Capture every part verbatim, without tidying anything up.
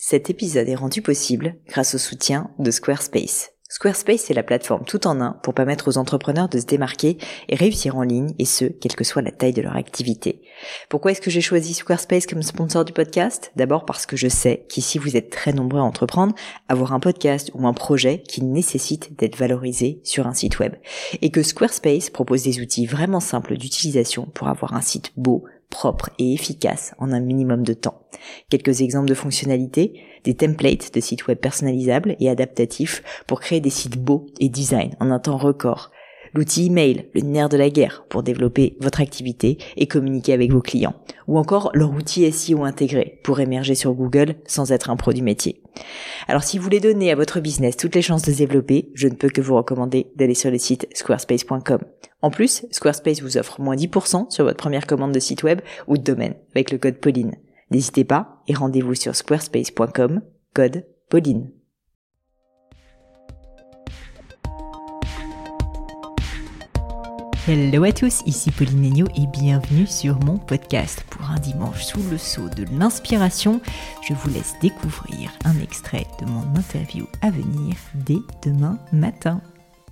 Cet épisode est rendu possible grâce au soutien de Squarespace. Squarespace est la plateforme tout en un pour permettre aux entrepreneurs de se démarquer et réussir en ligne, et ce, quelle que soit la taille de leur activité. Pourquoi est-ce que j'ai choisi Squarespace comme sponsor du podcast ? D'abord parce que je sais qu'ici vous êtes très nombreux à entreprendre, avoir un podcast ou un projet qui nécessite d'être valorisé sur un site web. Et que Squarespace propose des outils vraiment simples d'utilisation pour avoir un site beau, propre et efficace en un minimum de temps. Quelques exemples de fonctionnalités, des templates de sites web personnalisables et adaptatifs pour créer des sites beaux et design en un temps record. L'outil email, le nerf de la guerre pour développer votre activité et communiquer avec vos clients. Ou encore leur outil S E O intégré pour émerger sur Google sans être un pro du métier. Alors si vous voulez donner à votre business toutes les chances de se développer, je ne peux que vous recommander d'aller sur le site squarespace point com. En plus, Squarespace vous offre moins dix pour cent sur votre première commande de site web ou de domaine avec le code Pauline. N'hésitez pas et rendez-vous sur squarespace point com, code Pauline. Hello à tous, ici Pauline Agneau et bienvenue sur mon podcast. Pour un dimanche sous le sceau de l'inspiration, je vous laisse découvrir un extrait de mon interview à venir dès demain matin.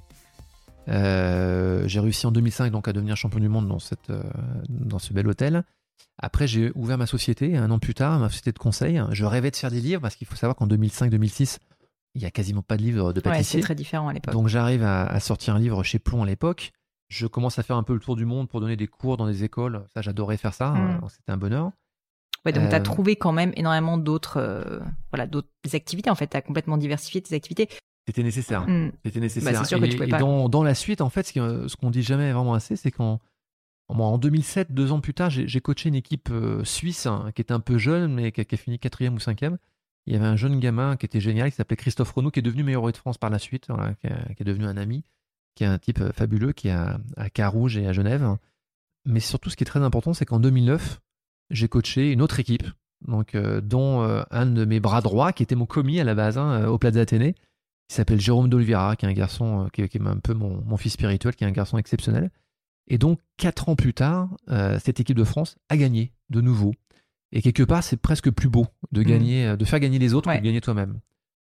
Euh, j'ai réussi en deux mille cinq donc à devenir champion du monde dans, cette, euh, dans ce bel hôtel. Après, j'ai ouvert ma société un an plus tard, ma société de conseil. Je rêvais de faire des livres parce qu'il faut savoir qu'en deux mille cinq deux mille six, il n'y a quasiment pas de livres de pâtissier. Ouais, c'est très différent à l'époque. Donc j'arrive à, à sortir un livre chez Plon à l'époque. Je commence à faire un peu le tour du monde pour donner des cours dans des écoles. Ça, j'adorais faire ça. Mmh. Donc, c'était un bonheur. Ouais, donc euh... tu as trouvé quand même énormément d'autres, euh, voilà, d'autres activités. En fait, tu as complètement diversifié tes activités. C'était nécessaire. Mmh. C'était nécessaire. Bah, c'est sûr et, que tu pouvais et pas. Dans, dans la suite, en fait, ce, ce qu'on dit jamais vraiment assez, c'est qu'en moi, en deux mille sept, deux ans plus tard, j'ai, j'ai coaché une équipe euh, suisse hein, qui était un peu jeune, mais qui a, qui a fini quatrième ou cinquième. Il y avait un jeune gamin qui était génial, qui s'appelait Christophe Renaud, qui est devenu meilleur roi de France par la suite, voilà, qui, a, qui est devenu un ami, qui est un type fabuleux, qui est à, à Carouge et à Genève. Mais surtout, ce qui est très important, c'est qu'en deux mille neuf, j'ai coaché une autre équipe, donc, euh, dont euh, un de mes bras droits, qui était mon commis à la base, hein, au Plaza Athénée, qui s'appelle Jérôme d'Oliveira, qui est un garçon, euh, qui, qui est un peu mon, mon fils spirituel, qui est un garçon exceptionnel. Et donc, quatre ans plus tard, euh, cette équipe de France a gagné de nouveau. Et quelque part, c'est presque plus beau de gagner, mmh. de faire gagner les autres ouais. que de gagner toi-même.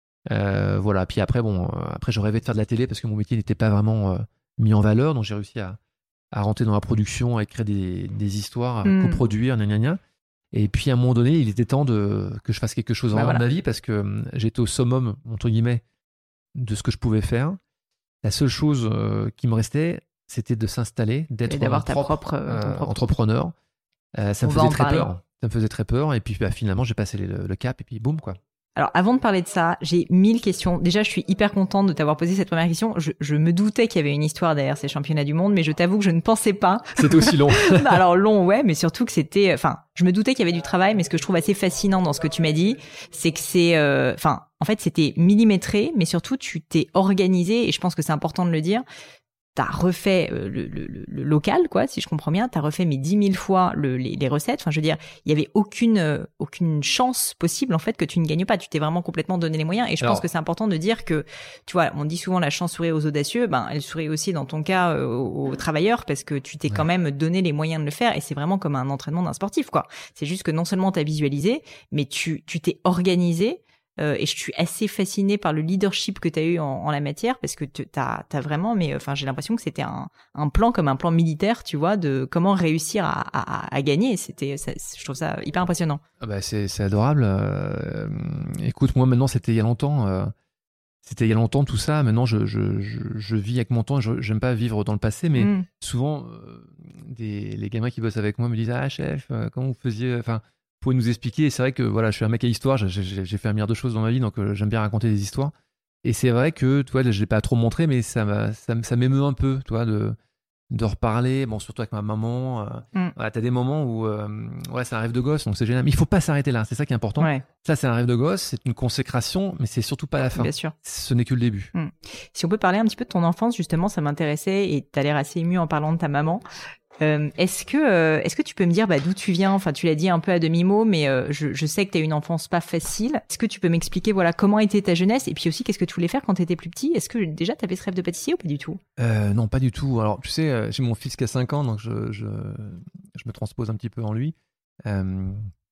Euh, voilà. Puis après, bon, euh, après, je rêvais de faire de la télé parce que mon métier n'était pas vraiment euh, mis en valeur. Donc, j'ai réussi à, à rentrer dans la production, à écrire des, des histoires, à mmh. coproduire, gna gna gna. Et puis, à un moment donné, il était temps de, que je fasse quelque chose en bah, voilà. de ma vie parce que euh, j'étais au summum, entre guillemets, de ce que je pouvais faire. La seule chose euh, qui me restait, c'était de s'installer, d'être et d'avoir un ta propre, propre, euh, euh, propre entrepreneur. Euh, ça On me faisait très parler. peur. Ça me faisait très peur. Et puis bah, finalement, j'ai passé le, le cap et puis boum quoi. Alors, avant de parler de ça, j'ai mille questions. Déjà, je suis hyper contente de t'avoir posé cette première question. Je, je me doutais qu'il y avait une histoire derrière ces championnats du monde, mais je t'avoue que je ne pensais pas. C'était aussi long. Alors long, ouais, mais surtout que c'était. Enfin, je me doutais qu'il y avait du travail, mais ce que je trouve assez fascinant dans ce que tu m'as dit, c'est que c'est. Enfin, euh, en fait, c'était millimétré, mais surtout, tu t'es organisé, et je pense que c'est important de le dire. T'as refait euh, le, le, le local, quoi, si je comprends bien. T'as refait mais dix mille fois le, les, les recettes. Enfin, je veux dire, il y avait aucune euh, aucune chance possible en fait que tu ne gagnes pas. Tu t'es vraiment complètement donné les moyens. Et je Alors, pense que c'est important de dire que, tu vois, on dit souvent la chance sourit aux audacieux. Ben, elle sourit aussi dans ton cas euh, aux, aux travailleurs parce que tu t'es ouais. quand même donné les moyens de le faire. Et c'est vraiment comme un entraînement d'un sportif, quoi. C'est juste que non seulement t'as visualisé, mais tu tu t'es organisé. Euh, et je suis assez fascinée par le leadership que tu as eu en, en la matière parce que tu as vraiment, mais enfin j'ai l'impression que c'était un, un plan comme un plan militaire, tu vois, de comment réussir à, à, à gagner. C'était, ça, je trouve ça hyper impressionnant. Ah bah c'est, c'est adorable. Euh, écoute, moi maintenant c'était il y a longtemps. Euh, c'était il y a longtemps tout ça. Maintenant je, je, je, je vis avec mon temps. Je, j'aime pas vivre dans le passé, mais mm. souvent euh, des, les gamins qui bossent avec moi me disent ah chef, euh, comment vous faisiez, enfin. Pouvez nous expliquer. Et c'est vrai que voilà, je suis un mec à histoire, j'ai, j'ai, j'ai fait un milliard de choses dans ma vie, donc euh, j'aime bien raconter des histoires. Et c'est vrai que, tu vois, je l'ai pas trop montré, mais ça, m'a, ça, ça m'émeut un peu, tu vois, de, de reparler, bon, surtout avec ma maman. Euh, mm. Voilà, t'as des moments où, euh, ouais, c'est un rêve de gosse, donc c'est génial. Mais il faut pas s'arrêter là, c'est ça qui est important. Ouais. Ça, c'est un rêve de gosse, c'est une consécration, mais c'est surtout pas la fin. Bien sûr. Ce n'est que le début. Mm. Si on peut parler un petit peu de ton enfance, justement, ça m'intéressait et t'as l'air assez ému en parlant de ta maman. Euh, est-ce que euh, est-ce que tu peux me dire bah, d'où tu viens ? Enfin, tu l'as dit un peu à demi-mot, mais euh, je, je sais que tu as eu une enfance pas facile. Est-ce que tu peux m'expliquer voilà comment était ta jeunesse et puis aussi qu'est-ce que tu voulais faire quand tu étais plus petit ? Est-ce que déjà tu avais ce rêve de pâtissier ou pas du tout ? euh, Non, pas du tout. Alors, tu sais, j'ai mon fils qui a cinq ans, donc je, je, je me transpose un petit peu en lui. Euh,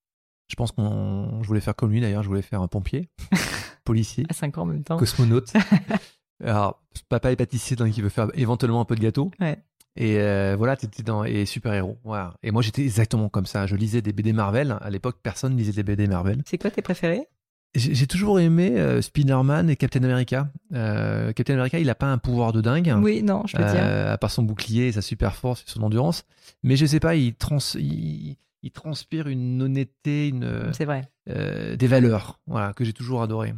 Je pense qu'on, je voulais faire comme lui d'ailleurs, je voulais faire un pompier, policier, à cinq ans en même temps, cosmonaute. Alors, papa est pâtissier, donc il veut faire éventuellement un peu de gâteau. Ouais. Et euh, voilà, t'étais dans et super-héros. Voilà. Et moi, j'étais exactement comme ça. Je lisais des B D Marvel. À l'époque, personne lisait des B D Marvel. C'est quoi tes préférés? J'ai, j'ai toujours aimé euh, Spider-Man et Captain America. Euh, Captain America, il a pas un pouvoir de dingue. Oui, non, je peux euh, dire. À part son bouclier et sa super force et son endurance. Mais je sais pas, il, trans, il, il transpire une honnêteté, une, C'est vrai. Euh, des valeurs, voilà, que j'ai toujours adoré.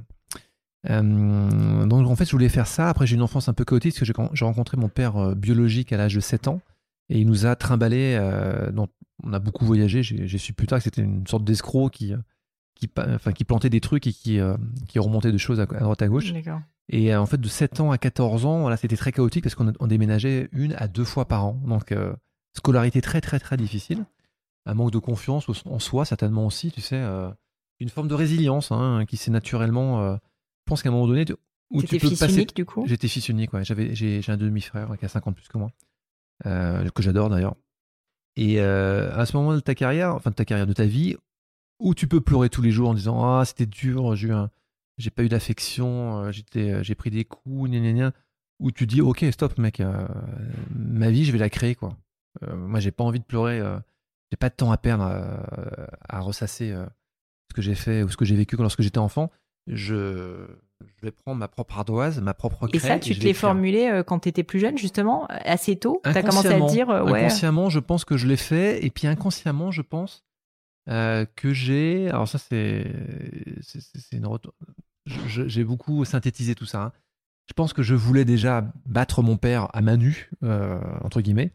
Euh, donc en fait, je voulais faire ça. Après, j'ai eu une enfance un peu chaotique parce que j'ai, j'ai rencontré mon père euh, biologique à l'âge de sept ans et il nous a trimballé. Euh, donc on a beaucoup voyagé. J'ai, j'ai su plus tard que c'était une sorte d'escroc qui, qui, enfin, qui plantait des trucs et qui, euh, qui remontait des choses à, à droite à gauche. D'accord. Et euh, en fait, de sept ans à quatorze ans, voilà, c'était très chaotique parce qu'on on déménageait une à deux fois par an. Donc euh, scolarité très très très difficile. Un manque de confiance en soi, certainement aussi, tu sais, euh, une forme de résilience hein, qui s'est naturellement. Euh, je pense qu'à un moment donné, où T'étais tu peux fils passer. unique du coup? J'étais fils unique, ouais. J'avais, j'ai, j'ai un demi-frère qui a cinq ans de plus que moi, euh, que j'adore d'ailleurs. Et euh, à ce moment de ta carrière, enfin de ta carrière, de ta vie, où tu peux pleurer tous les jours en disant ah c'était dur, j'ai eu un, j'ai pas eu d'affection, euh, j'étais, j'ai pris des coups, gna gna gna. Où tu dis ok stop mec, euh, ma vie je vais la créer quoi. Euh, moi j'ai pas envie de pleurer. Euh, J'ai pas de temps à perdre à, à ressasser euh, ce que j'ai fait ou ce que j'ai vécu lorsque j'étais enfant. Je, je vais prendre ma propre ardoise, ma propre craie. Et ça, tu et te je vais l'es faire. formulé euh, quand tu étais plus jeune, justement, assez tôt. Tu as commencé à te dire, euh, ouais. Inconsciemment, je pense que je l'ai fait. Et puis inconsciemment, je pense euh, que j'ai. Alors, ça, c'est. c'est, c'est une... je, j'ai beaucoup synthétisé tout ça. Hein. Je pense que je voulais déjà battre mon père à main nue, euh, entre guillemets.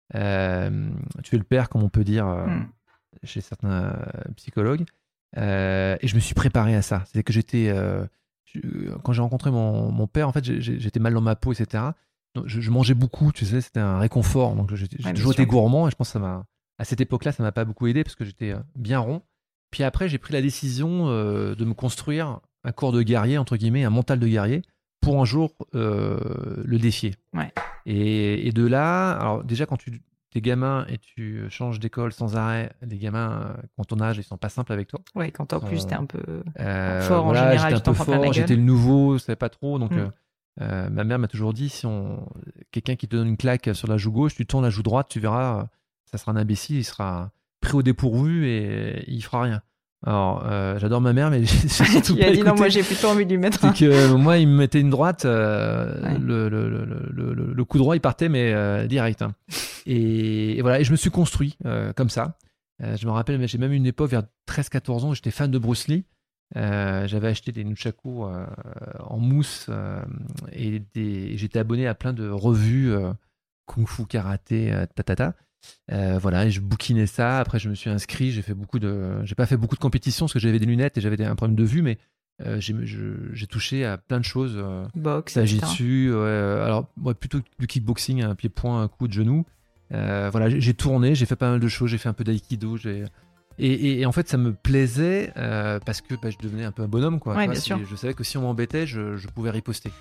Euh, tuer le père, comme on peut dire euh, mm. chez certains euh, psychologues. Euh, et je me suis préparé à ça. C'est que j'étais, euh, je, quand j'ai rencontré mon, mon père, en fait, j'ai, j'étais mal dans ma peau, et cetera. Donc, je, je mangeais beaucoup, tu sais, c'était un réconfort. Donc, j'ai, j'ai ouais, toujours été gourmand, et je pense que ça m'a, à cette époque-là, ça m'a pas beaucoup aidé parce que j'étais bien rond. Puis après, j'ai pris la décision euh, de me construire un corps de guerrier, entre guillemets, un mental de guerrier, pour un jour euh, le défier. Ouais. Et, et de là, alors déjà quand tu es gamin et tu changes d'école sans arrêt, les gamins, quand ton âge, ils sont pas simples avec toi. Ouais, quand en plus t'es un peu euh, fort voilà, en général, j'étais un peu fort, j'étais le nouveau, je savais pas trop. Donc, mm. euh, euh, ma mère m'a toujours dit, si on, quelqu'un qui te donne une claque sur la joue gauche, tu tournes la joue droite, tu verras, ça sera un imbécile, il sera pris au dépourvu et il fera rien. Alors, euh, j'adore ma mère, mais j'ai surtout tu as dit non, moi j'ai plutôt envie de lui mettre. C'est que euh, moi, il me mettait une droite, euh, ouais. le, le, le, le, le coup droit, il partait, mais euh, direct. Hein. Et, et voilà, et je me suis construit euh, comme ça. Euh, je me rappelle, mais j'ai même une époque, vers treize quatorze ans, j'étais fan de Bruce Lee. Euh, j'avais acheté des nunchakus euh, en mousse euh, et, des, et j'étais abonné à plein de revues euh, kung fu, karaté, euh, tatata. Euh, voilà, et je bouquinais ça. Après, je me suis inscrit. J'ai fait beaucoup de, j'ai pas fait beaucoup de compétitions parce que j'avais des lunettes et j'avais des, un problème de vue, mais euh, j'ai, je, j'ai touché à plein de choses. Euh, Boxe, Jiu-jitsu, ouais, alors ouais, plutôt du kickboxing, un pied-point, un coup de genou. Euh, voilà, j'ai, j'ai tourné, j'ai fait pas mal de choses. J'ai fait un peu d'aïkido. J'ai et, et, et en fait, ça me plaisait euh, parce que bah, je devenais un peu un bonhomme, quoi. Ouais, Toi, bien si, sûr. Je savais que si on m'embêtait, je, je pouvais riposter.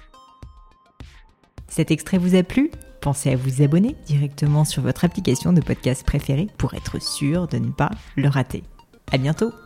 Cet extrait vous a plu ? Pensez à vous abonner directement sur votre application de podcast préférée pour être sûr de ne pas le rater. À bientôt !